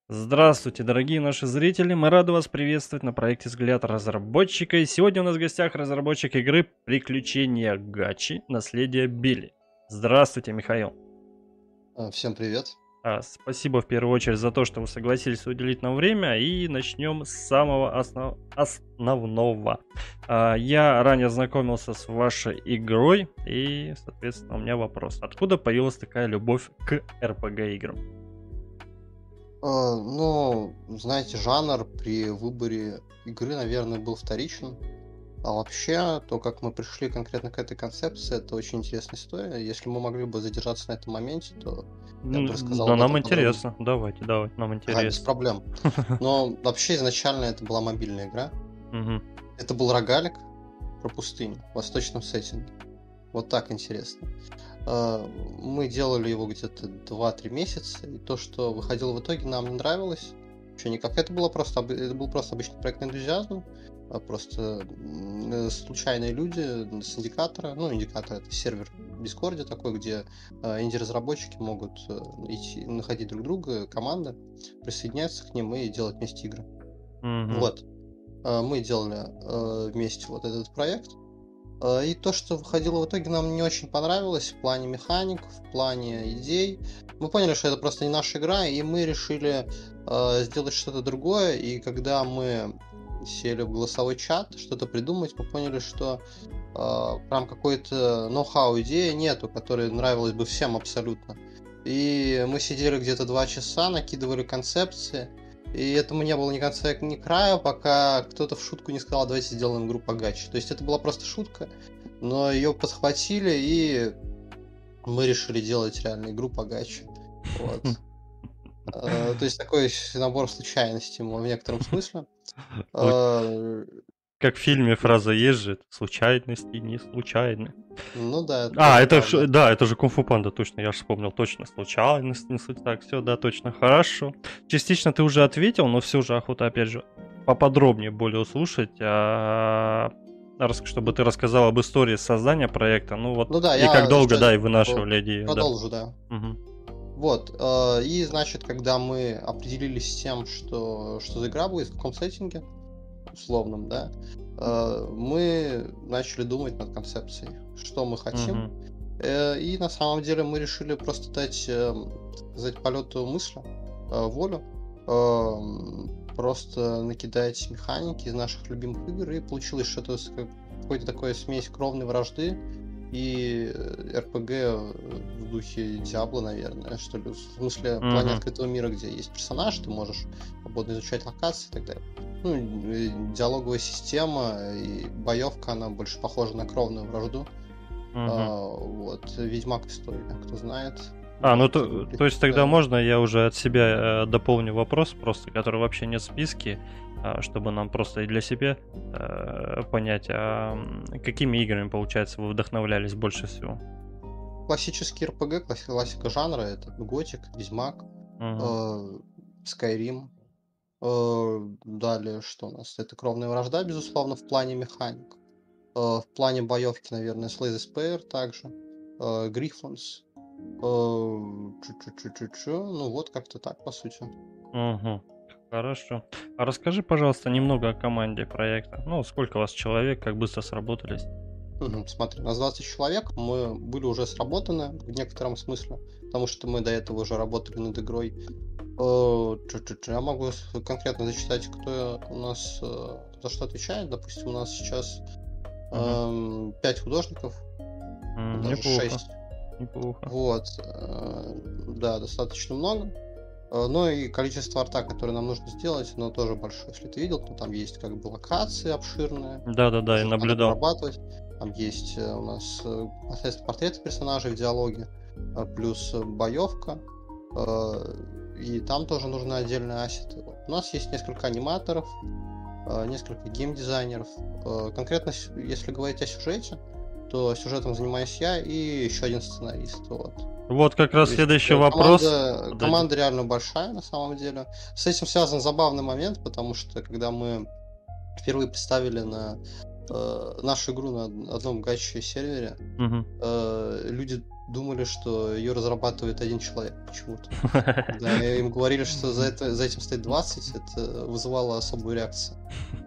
Здравствуйте, дорогие наши зрители! Мы рады вас приветствовать на проекте «Взгляд разработчика». И сегодня у нас в гостях разработчик игры «Приключения Гачи. Наследие Билли». Здравствуйте, Михаил! Всем привет. Спасибо в первую очередь за то, что вы согласились уделить нам время. И начнем с самого основного. Я ранее знакомился с вашей игрой. И, соответственно, у меня вопрос. Откуда появилась такая любовь к RPG-играм? Знаете, жанр при выборе игры, наверное, был вторичен. А вообще, то, как мы пришли конкретно к этой концепции, это очень интересная история. Если мы могли бы задержаться на этом моменте, то я бы рассказал Да, об нам этом подробнее. интересно. Давайте, нам Ага, без интересно. проблем. Но вообще изначально это была мобильная игра. Мгм. Это был рогалик про пустыню в восточном сеттинге. Вот так интересно. Мы делали его где-то 2-3 месяца, и то, что выходило в итоге, нам не нравилось. Вообще никак. Это был просто обычный проект энтузиазм. Просто случайные люди с индикатора. Ну, индикатор — это сервер в Дискорде такой, где инди-разработчики могут находить друг друга, команды, присоединяться к ним и делать вместе игры. Мгм. Вот. Мы делали вместе вот этот проект. И то, что выходило в итоге, нам не очень понравилось в плане механик, в плане идей. Мы поняли, что это просто не наша игра, и мы решили сделать что-то другое. И когда мы сели в голосовой чат, что-то придумать, мы поняли, что прям какой-то ноу-хау идеи нету, которая нравилась бы всем абсолютно. И мы сидели где-то 2 часа, накидывали концепции. И этому не было ни конца, ни края, пока кто-то в шутку не сказал: давайте сделаем игру погаче. То есть это была просто шутка, но ее подхватили, и мы решили делать реально игру погаче. Вот. То есть такой набор случайностей в некотором смысле. Слу- Э, Как в фильме фраза есть же, случайности не случайны. Ну да, это тоже правда. Да, это же Кунг-фу Панда, точно, я же вспомнил, точно, случайность не суть. Так, все, да, точно, хорошо. Частично ты уже ответил, но все же охота, опять же, поподробнее более услышать, чтобы ты рассказал об истории создания проекта, ну вот, Ну да, и как я долго, сейчас да, и вынашивали идею, да. продолжу, да. Мгм. Вот, и значит, когда мы определились с тем, что за игра будет, в каком сеттинге, условном, да, мы начали думать над концепцией, что мы хотим. Мгм. И на самом деле мы решили просто дать, так сказать, полету мысли, волю, просто накидать механики из наших любимых игр, и получилось что-то какой-то такой смесь кровной вражды и РПГ в духе Диабло, наверное, что ли. В смысле, в плане Мгм. открытого мира, где есть персонаж, ты можешь свободно изучать локации и так далее. Ну, и диалоговая система и боевка, она больше похожа на кровную вражду. Мгм. Вот. Ведьмак история, кто знает. Ну Может, то есть тогда можно я уже от себя дополню вопрос, просто который вообще нет в списке, чтобы нам просто и для себя понять, какими играми, получается, вы вдохновлялись больше всего? классический РПГ, классика жанра — это Готик, Ведьмак, Мгм. Skyrim. Далее что у нас? Это кровная вражда, безусловно, в плане механик. В плане боевки, наверное, Slay the Spire также. Griffons. Ну вот как-то так, по сути. Мгм. Хорошо. А расскажи, пожалуйста, немного о команде проекта. Ну, сколько вас человек, как быстро сработались? Смотри, у нас 20 человек, мы были уже сработаны в некотором смысле, потому что мы до этого уже работали над игрой. Я могу конкретно зачитать, кто у нас за что отвечает. Допустим, у нас сейчас Мгм. 5 художников, даже Неплохо, 6. неплохо. Вот, да, достаточно много. Но и количество арта, которое нам нужно сделать, оно тоже большое. Если ты видел, то там есть как бы локации обширные, Да-да-да, я тоже их надо наблюдал. прорабатывать. Там есть у нас непосредственно портреты персонажей в диалоге, плюс боевка. И там тоже нужны отдельные ассеты. Вот. У нас есть несколько аниматоров, несколько геймдизайнеров. Конкретно, если говорить о сюжете, то сюжетом занимаюсь я и еще один сценарист. Вот. Вот как То раз есть следующий вопрос. Подожди. команда реально большая на самом деле. С этим связан забавный момент, потому что когда мы впервые представили нашу игру на одном гаче сервере, Мгм. люди думали, что ее разрабатывает один человек почему-то. Да, и им говорили, что за этим стоит 20, это вызывало особую реакцию.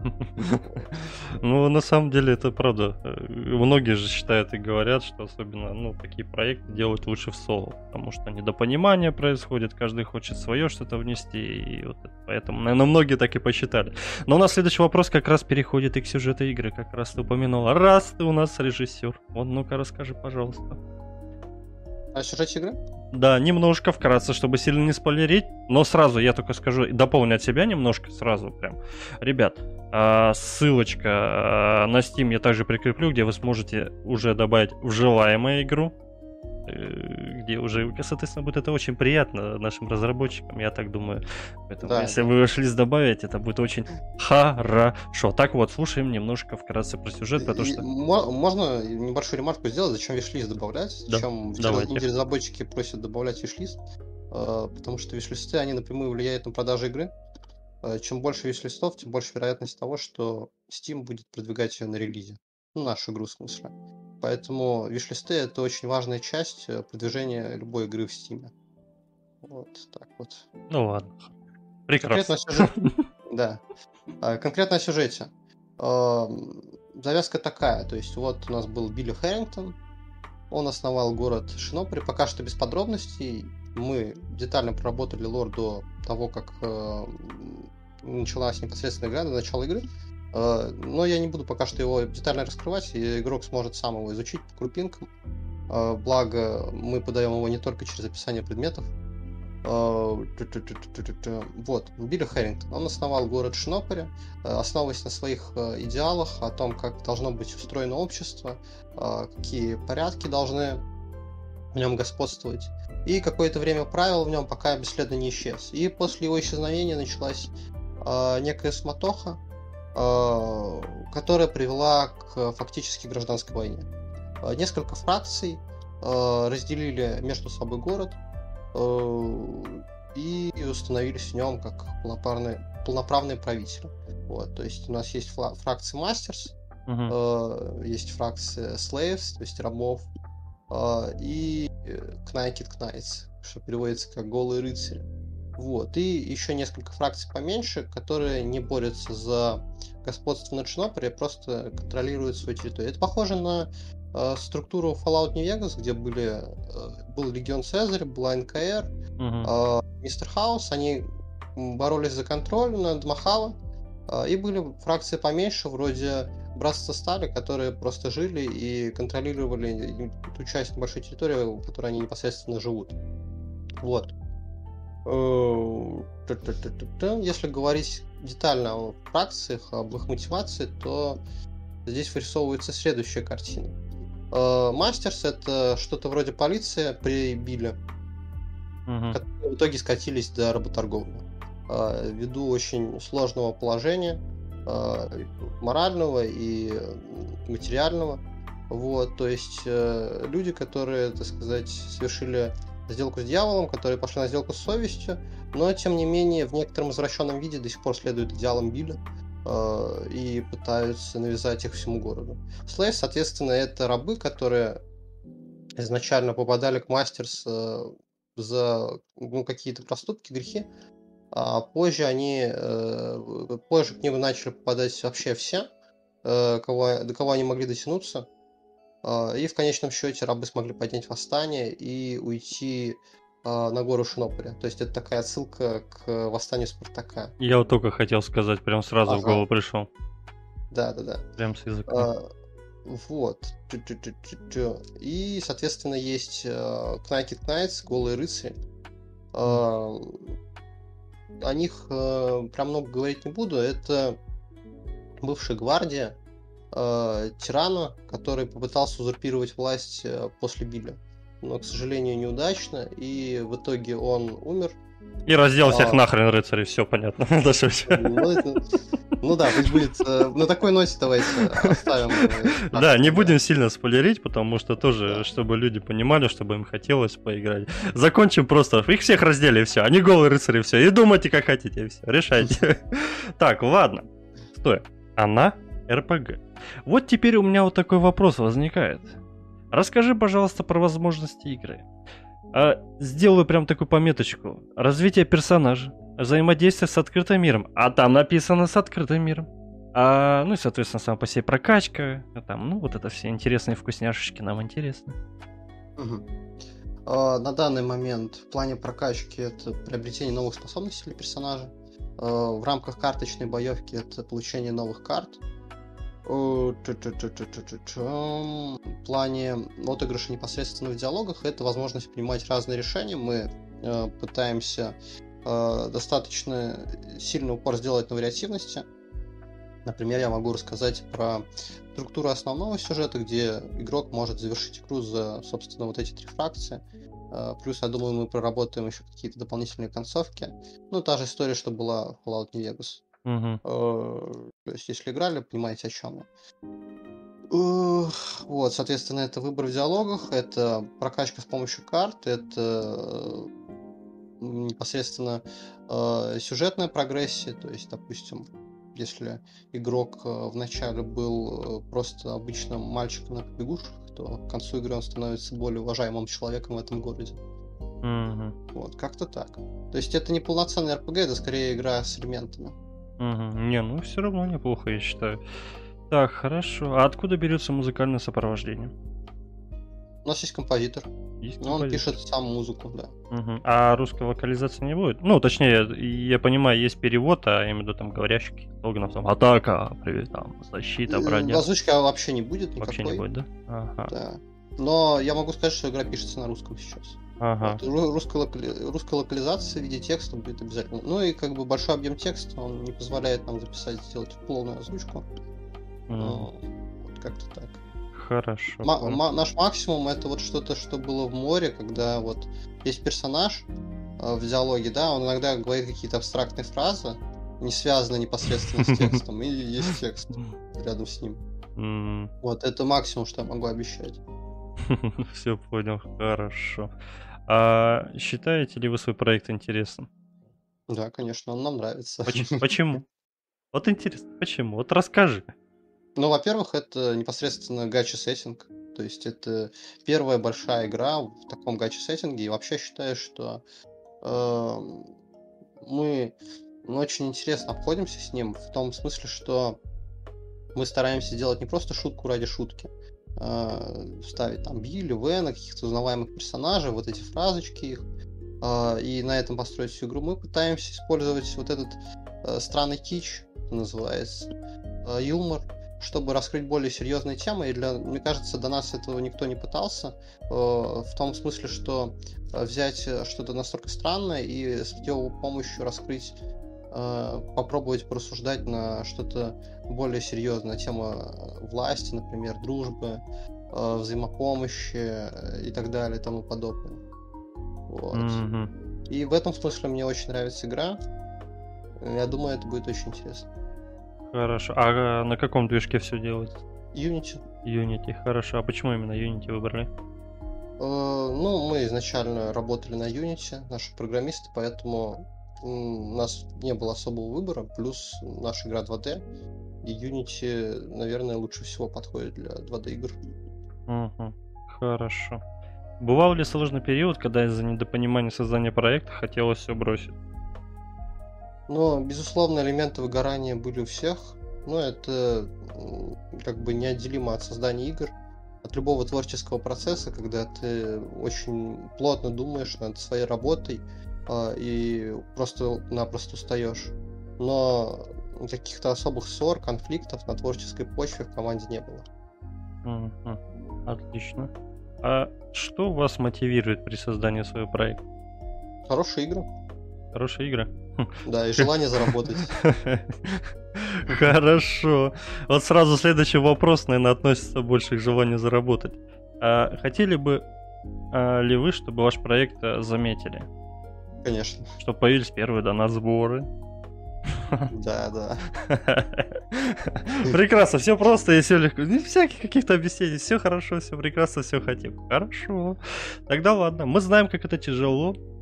Ну, на самом деле, это правда. Многие же считают и говорят, что особенно, такие проекты делать лучше в соло, потому что недопонимание происходит, каждый хочет свое что-то внести, и вот это, поэтому, наверное, многие так и посчитали. Но у нас следующий вопрос как раз переходит и к сюжету игры, как раз ты упомянула. Раз ты у нас режиссер, вот, ну-ка, расскажи, пожалуйста. О сюжете игры? Да, немножко, вкратце, чтобы сильно не спойлерить, но сразу я только скажу, дополню от себя немножко, сразу прям. Ребят, ссылочка на Steam я также прикреплю, где вы сможете уже добавить в желаемую игру, где уже, соответственно, будет это очень приятно нашим разработчикам, я так думаю. Поэтому, да, если вы шлиз добавить, это будет очень хорошо. Так вот, слушаем немножко вкратце про сюжет, потому что... Можно небольшую ремарку сделать, зачем виш-лист добавлять? Зачем инди-разработчики просят добавлять виш-лист? Потому что виш-листы, они напрямую влияют на продажи игры. Чем больше виш-листов, тем больше вероятность того, что Steam будет продвигать ее на релизе. Ну, нашу игру, в смысле. Поэтому виш-листы — это очень важная часть продвижения любой игры в Steam. Вот так вот. Ну ладно. Прекрасно. Да. Конкретно о сюжете. Завязка такая. То есть вот у нас был Билли Хэрингтон. Он основал город Шинопари. Пока что без подробностей. Мы детально проработали лор до того, как началась непосредственно игра, до начала игры. Но я не буду пока что его детально раскрывать, и игрок сможет сам его изучить по крупинкам. Благо, мы подаем его не только через описание предметов. Вот, Билли Хэрингтон. Он основал город Шинопари, основываясь на своих идеалах о том, как должно быть устроено общество, какие порядки должны в нем господствовать. И какое-то время правил в нем, пока бесследно не исчез. И после его исчезновения началась некая суматоха, которая привела к фактически гражданской войне. Несколько фракций разделили между собой город и установились в нем как полноправные правители. Вот, то есть у нас есть фракция Masters, есть фракция Slaves, то есть рабов, и Naked Knights, что переводится как голые рыцари. Вот. И еще несколько фракций поменьше, которые не борются за господство над Шинопари, просто контролируют свою территорию. Это похоже на структуру Fallout New Vegas, где был Легион Цезарь, была НКР, Мистер Хаус. Они боролись за контроль над Махало. И были фракции поменьше, вроде Братства Стали, которые просто жили и контролировали ту часть небольшой территории, в которой они непосредственно живут. Вот. Если говорить детально о фракциях, об их мотивации, то здесь вырисовывается следующая картина. Мастерс — это что-то вроде полиции при Билле, которые в итоге скатились до работорговли. Ввиду очень сложного положения, морального и материального. Вот, то есть люди, которые, так сказать, совершили сделку с дьяволом, которые пошли на сделку с совестью, но, тем не менее, в некотором извращенном виде до сих пор следуют идеалам Билля и пытаются навязать их всему городу. Слейв, соответственно, это рабы, которые изначально попадали к Мастерс за какие-то проступки, грехи, а позже к ним начали попадать вообще все, до кого они могли дотянуться. И в конечном счете рабы смогли поднять восстание и уйти на гору Шинопари. То есть это такая отсылка к восстанию Спартака. Я вот только хотел сказать, прям сразу в голову пришел. Да. Прям с языка. Вот. И, соответственно, есть Naked Knights, голые рыцари. О них прям много говорить не буду. Это бывшая гвардия тирана, который попытался узурпировать власть после Билля. Но, к сожалению, неудачно, и в итоге он умер. И раздел всех нахрен рыцарей, все понятно. Ну да, пусть будет. На такой ноте давайте оставим. Да, не будем сильно спойлерить, потому что тоже, чтобы люди понимали, чтобы им хотелось поиграть. Закончим просто. Их всех раздели, и все. Они голые рыцари, все. И думайте, как хотите, и все. Решайте. Так, ладно. Стой. Она РПГ. Вот теперь у меня вот такой вопрос возникает. Расскажи, пожалуйста, про возможности игры. Сделаю прям такую пометочку. Развитие персонажа, взаимодействие с открытым миром. А там написано с открытым миром. Ну и, соответственно, сама по себе прокачка. Там, ну, вот это все интересные вкусняшечки нам интересны. На данный момент в плане прокачки это приобретение новых способностей для персонажа. В рамках карточной боевки это получение новых карт. В плане отыгрыша непосредственно в диалогах это возможность принимать разные решения. Мы пытаемся достаточно сильный упор сделать на вариативности. Например, я могу рассказать про структуру основного сюжета, где игрок может завершить игру за, собственно, вот эти 3 фракции. Плюс, я думаю, мы проработаем еще какие-то дополнительные концовки. Ну, та же история, что была в Fallout New Vegas. То есть, если играли, понимаете, о чем я. Вот, соответственно, это выбор в диалогах, это прокачка с помощью карт, это непосредственно сюжетная прогрессия. То есть, допустим, если игрок вначале был просто обычным мальчиком на побегушках, то к концу игры он становится более уважаемым человеком в этом городе. Вот, как-то так. То есть это не полноценный RPG, это скорее игра с элементами. Не, ну все равно неплохо, я считаю. Так, хорошо. А откуда берется музыкальное сопровождение? У нас есть композитор. Он пишет сам музыку, да. А русской локализации не будет? Ну, точнее, я понимаю, есть перевод, а я имею в виду там говорящих слоганов, там атака, привет, там защита, броня. Озвучки вообще не будет никакой. Вообще не будет, да? Ага. Да. Но я могу сказать, что игра пишется на русском сейчас. Ага. Вот, русская локализация в виде текста будет обязательно. Ну и как бы большой объем текста, он не позволяет нам сделать полную озвучку. Вот как-то так. Хорошо. Наш максимум это вот что-то, что было в море, когда вот есть персонаж в диалоге, да, он иногда говорит какие-то абстрактные фразы, не связанные непосредственно с текстом, и есть текст рядом с ним. Вот, это максимум, что я могу обещать. Все понял, хорошо. А считаете ли вы свой проект интересным? Да, конечно, он нам нравится. Почему? Вот интересно, почему? Вот расскажи. Ну, во-первых, это непосредственно гача-сеттинг. То есть это первая большая игра в таком гача-сеттинге. И вообще считаю, что мы очень интересно обходимся с ним. В том смысле, что мы стараемся делать не просто шутку ради шутки. Вставить там Билли, Вена, каких-то узнаваемых персонажей, вот эти фразочки их. И на этом построить всю игру. Мы пытаемся использовать вот этот странный кич, называется, юмор, чтобы раскрыть более серьезные темы. И мне кажется, до нас этого никто не пытался. В том смысле, что взять что-то настолько странное и с его помощью раскрыть, попробовать порассуждать на что-то более серьезное. Тема власти, например, дружбы, взаимопомощи и так далее и тому подобное. Вот. И в этом смысле мне очень нравится игра. Я думаю, это будет очень интересно. Хорошо. А на каком движке все делается? Unity, хорошо. А почему именно Unity выбрали? Ну, мы изначально работали на Unity, наши программисты, поэтому у нас не было особого выбора. Плюс наша игра 2D, и Unity, наверное, лучше всего подходит для 2D игр. Хорошо. Бывал ли сложный период, когда из-за недопонимания создания проекта хотелось все бросить? Но, безусловно, элементы выгорания были у всех. Но это как бы неотделимо от создания игр, от любого творческого процесса, когда ты очень плотно думаешь над своей работой и просто-напросто устаешь. Но каких-то особых ссор, конфликтов на творческой почве в команде не было. Отлично. А что вас мотивирует при создании своего проекта? Хорошие игры. Хорошие игры? Да, и желание заработать. Хорошо. Вот сразу следующий вопрос, наверное, относится больше к желанию заработать. Хотели бы ли вы, чтобы ваш проект заметили? Конечно. Чтобы появились первые донат-сборы? Да. Прекрасно, все просто и все легко. Не всяких каких-то объяснений. Все хорошо, все прекрасно, все хотим. Хорошо. Тогда ладно. Мы знаем, как это тяжело.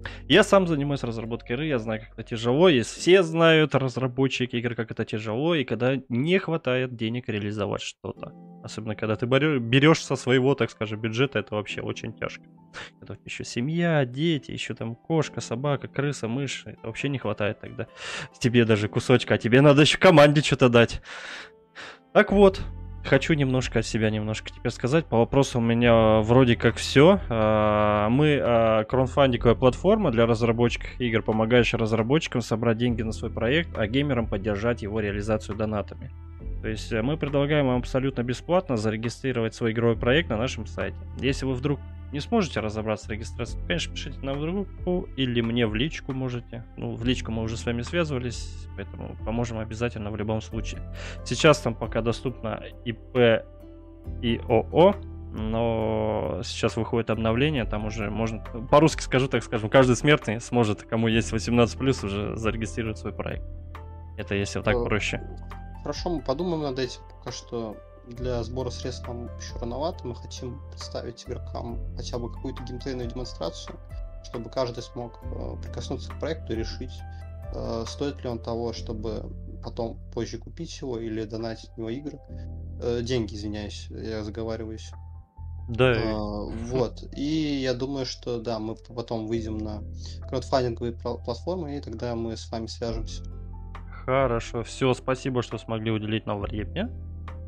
Я сам занимаюсь разработкой игры, я знаю, как это тяжело, и все знают, разработчики игр, как это тяжело, и когда не хватает денег реализовать что-то. Особенно, когда ты берешь со своего, так скажем, бюджета, это вообще очень тяжко. Это еще семья, дети, еще там кошка, собака, крыса, мышь, это вообще не хватает тогда. Тебе даже кусочка, а тебе надо еще команде что-то дать. Так вот. Хочу немножко от себя немножко теперь сказать. По вопросу у меня вроде как все. Мы краудфандинговая платформа для разработчиков игр, помогающая разработчикам собрать деньги на свой проект, а геймерам поддержать его реализацию донатами. То есть мы предлагаем вам абсолютно бесплатно зарегистрировать свой игровой проект на нашем сайте. Если вы вдруг не сможете разобраться с регистрацией, то, конечно, пишите нам в группу или мне в личку можете. Ну, в личку мы уже с вами связывались, поэтому поможем обязательно в любом случае. Сейчас там пока доступно ИП и ООО, но сейчас выходит обновление, там уже можно, по-русски скажу, так скажем, каждый смертный сможет, кому есть 18+, уже зарегистрировать свой проект. Это если так проще. Хорошо, мы подумаем над этим. Пока что для сбора средств нам еще рановато. Мы хотим представить игрокам хотя бы какую-то геймплейную демонстрацию, чтобы каждый смог прикоснуться к проекту и решить, стоит ли он того, чтобы потом позже купить его или донатить в него игры. Деньги, извиняюсь, я заговариваюсь. Да. Вот. И я думаю, что да, мы потом выйдем на краудфандинговые платформы, и тогда мы с вами свяжемся. Хорошо. Все, спасибо, что смогли уделить нам время.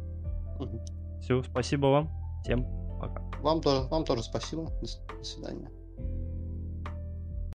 Все, спасибо вам. Всем пока. Вам тоже спасибо. До свидания.